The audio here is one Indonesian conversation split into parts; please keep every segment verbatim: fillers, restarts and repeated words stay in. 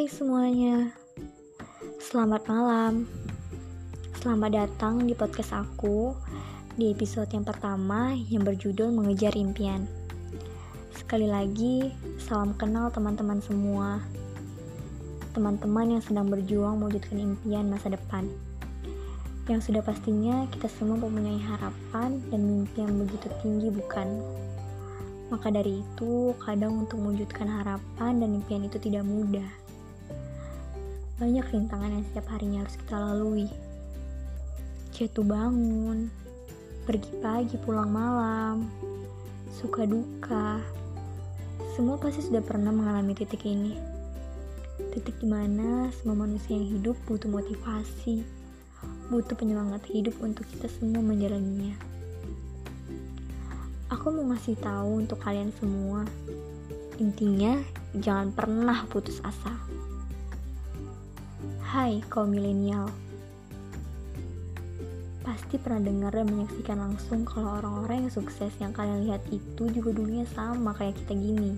Hai semuanya, selamat malam. Selamat datang di podcast aku di episode yang pertama yang berjudul Mengejar Impian. Sekali lagi, salam kenal teman-teman semua. Teman-teman yang sedang berjuang mewujudkan impian masa depan. Yang sudah pastinya kita semua mempunyai harapan dan mimpi yang begitu tinggi, bukan? Maka dari itu, kadang untuk mewujudkan harapan dan impian itu tidak mudah. Banyak rintangan yang setiap harinya harus kita lalui. Jatuh bangun, pergi pagi pulang malam, suka duka. Semua pasti sudah pernah mengalami titik ini. Titik dimana semua manusia yang hidup butuh motivasi, butuh penyemangat hidup untuk kita semua menjalaninya. Aku mau ngasih tahu untuk kalian semua, intinya jangan pernah putus asa. Hai kaum milenial, pasti pernah dengar dan menyaksikan langsung kalau orang-orang yang sukses yang kalian lihat itu juga dulunya sama kayak kita gini.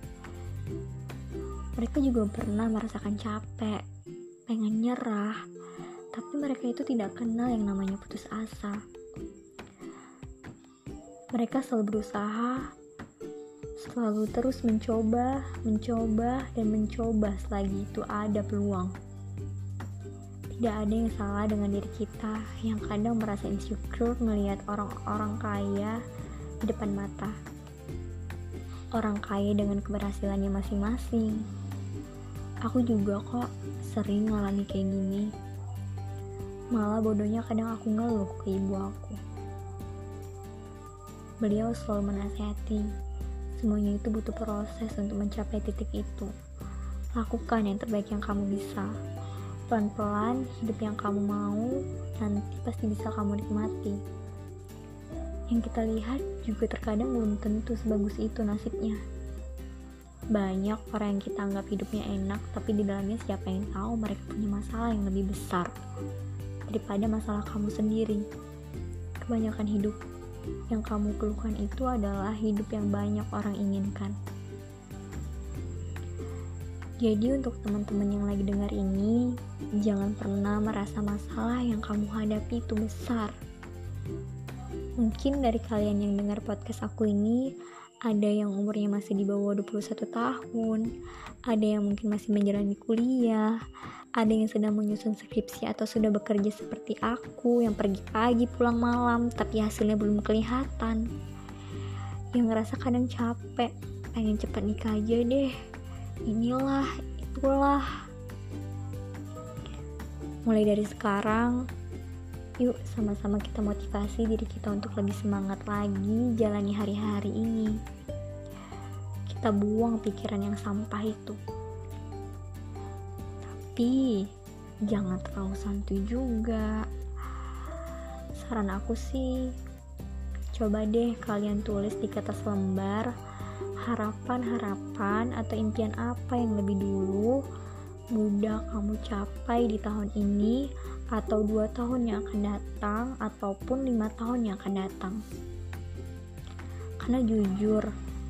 Mereka juga pernah merasakan capek, pengen nyerah, tapi mereka itu tidak kenal yang namanya putus asa. Mereka selalu berusaha, selalu terus mencoba, mencoba, dan mencoba selagi itu ada peluang. Tidak ada yang salah dengan diri kita yang kadang merasa insecure melihat orang-orang kaya di depan mata. Orang kaya dengan keberhasilannya masing-masing. Aku juga kok sering ngalami kayak gini. Malah bodohnya kadang aku ngeluh ke ibu aku. Beliau selalu menasihati, semuanya itu butuh proses untuk mencapai titik itu. Lakukan yang terbaik yang kamu bisa. Pelan-pelan, hidup yang kamu mau, nanti pasti bisa kamu nikmati. Yang kita lihat juga terkadang belum tentu sebagus itu nasibnya. Banyak orang yang kita anggap hidupnya enak, tapi di dalamnya siapa yang tahu mereka punya masalah yang lebih besar daripada masalah kamu sendiri. Kebanyakan hidup yang kamu keluhkan itu adalah hidup yang banyak orang inginkan. Jadi untuk teman-teman yang lagi dengar ini, jangan pernah merasa masalah yang kamu hadapi itu besar. Mungkin dari kalian yang dengar podcast aku ini, ada yang umurnya masih di bawah dua puluh satu tahun, ada yang mungkin masih menjalani kuliah, ada yang sedang menyusun skripsi atau sudah bekerja seperti aku yang pergi pagi pulang malam tapi hasilnya belum kelihatan. Yang ngerasa kadang capek, pengen cepat nikah aja deh. Inilah, itulah. Mulai dari sekarang, yuk sama-sama kita motivasi diri kita untuk lebih semangat lagi jalani hari-hari ini. Kita buang pikiran yang sampah itu. Tapi jangan terlalu santuy juga. Saran aku sih, coba deh kalian tulis di kertas lembar harapan-harapan atau impian apa yang lebih dulu mudah kamu capai di tahun ini, atau dua tahun yang akan datang, ataupun lima tahun yang akan datang. Karena jujur,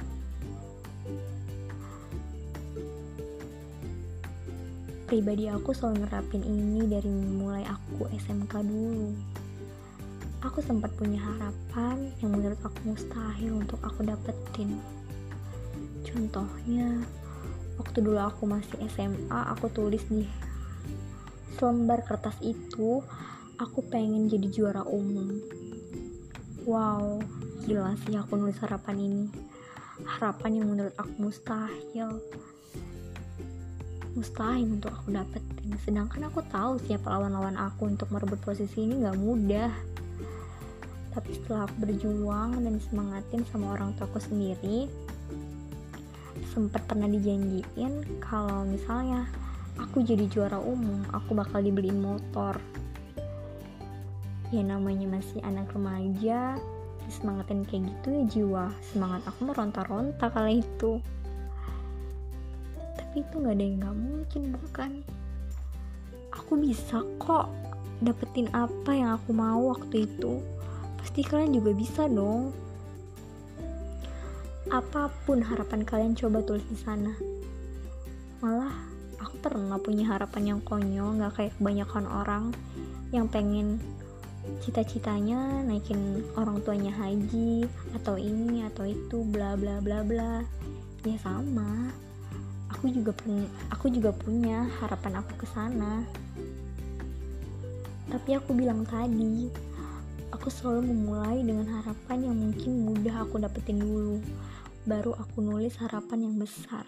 pribadi aku selalu nerapin ini dari mulai aku S M K dulu. Aku sempat punya harapan yang menurut aku mustahil untuk aku dapetin. Contohnya, waktu dulu aku masih S M A, aku tulis di selembar kertas itu, aku pengen jadi juara umum. Wow, gila sih aku nulis harapan ini. Harapan yang menurut aku mustahil. Mustahil untuk aku dapetin. Sedangkan aku tahu siapa lawan-lawan aku untuk merebut posisi ini gak mudah. Tapi setelah aku berjuang dan disemangatin sama orang tua aku sendiri, sempat pernah dijanjiin kalau misalnya aku jadi juara umum, aku bakal dibeliin motor. Ya namanya masih anak remaja, disemangatin kayak gitu ya, jiwa semangat aku meronta-ronta kala itu. Tapi itu gak ada yang gak mungkin, bukan? Aku bisa kok dapetin apa yang aku mau waktu itu. Pasti kalian juga bisa dong. Apapun harapan kalian, coba tulis di sana. Malah Aku pernah punya harapan yang konyol, gak kayak kebanyakan orang yang pengen cita-citanya naikin orang tuanya haji atau ini atau itu bla bla bla bla. Ya sama, aku juga punya aku juga punya harapan aku ke sana. Tapi aku bilang tadi, aku selalu memulai dengan harapan yang mungkin mudah aku dapetin dulu, baru aku nulis harapan yang besar.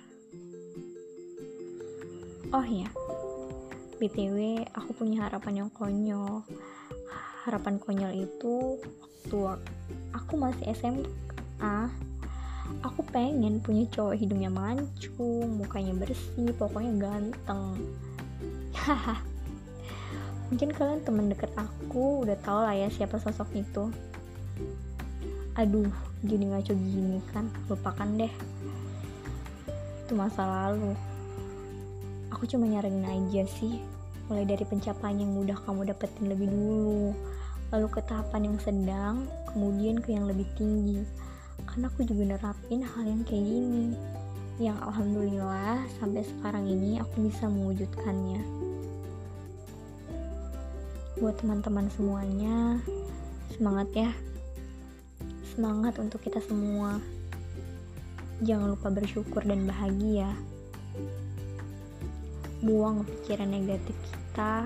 Oh ya, B T W aku punya harapan yang konyol. Harapan konyol itu waktu aku masih S M A, aku pengen punya cowok hidungnya mancung, mukanya bersih, pokoknya ganteng. Haha. Mungkin kalian teman deket aku udah tau lah ya siapa sosok itu. Aduh, gini ngaco gini kan, lupakan deh. Itu masa lalu. Aku cuma nyaranin aja sih, mulai dari pencapaian yang mudah kamu dapetin lebih dulu, lalu ke tahapan yang sedang, kemudian ke yang lebih tinggi. Karena aku juga nerapin hal yang kayak gini, yang alhamdulillah sampai sekarang ini aku bisa mewujudkannya. Buat teman-teman semuanya, semangat ya. Semangat untuk kita semua. Jangan lupa bersyukur dan bahagia. Buang pikiran negatif kita,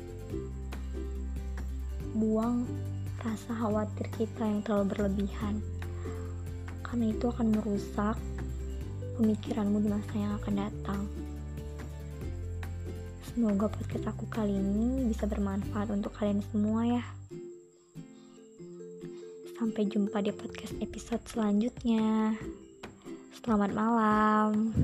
buang rasa khawatir kita yang terlalu berlebihan, karena itu akan merusak pemikiranmu di masa yang akan datang. Semoga podcast aku kali ini bisa bermanfaat untuk kalian semua ya. Sampai jumpa di podcast episode selanjutnya. Selamat malam.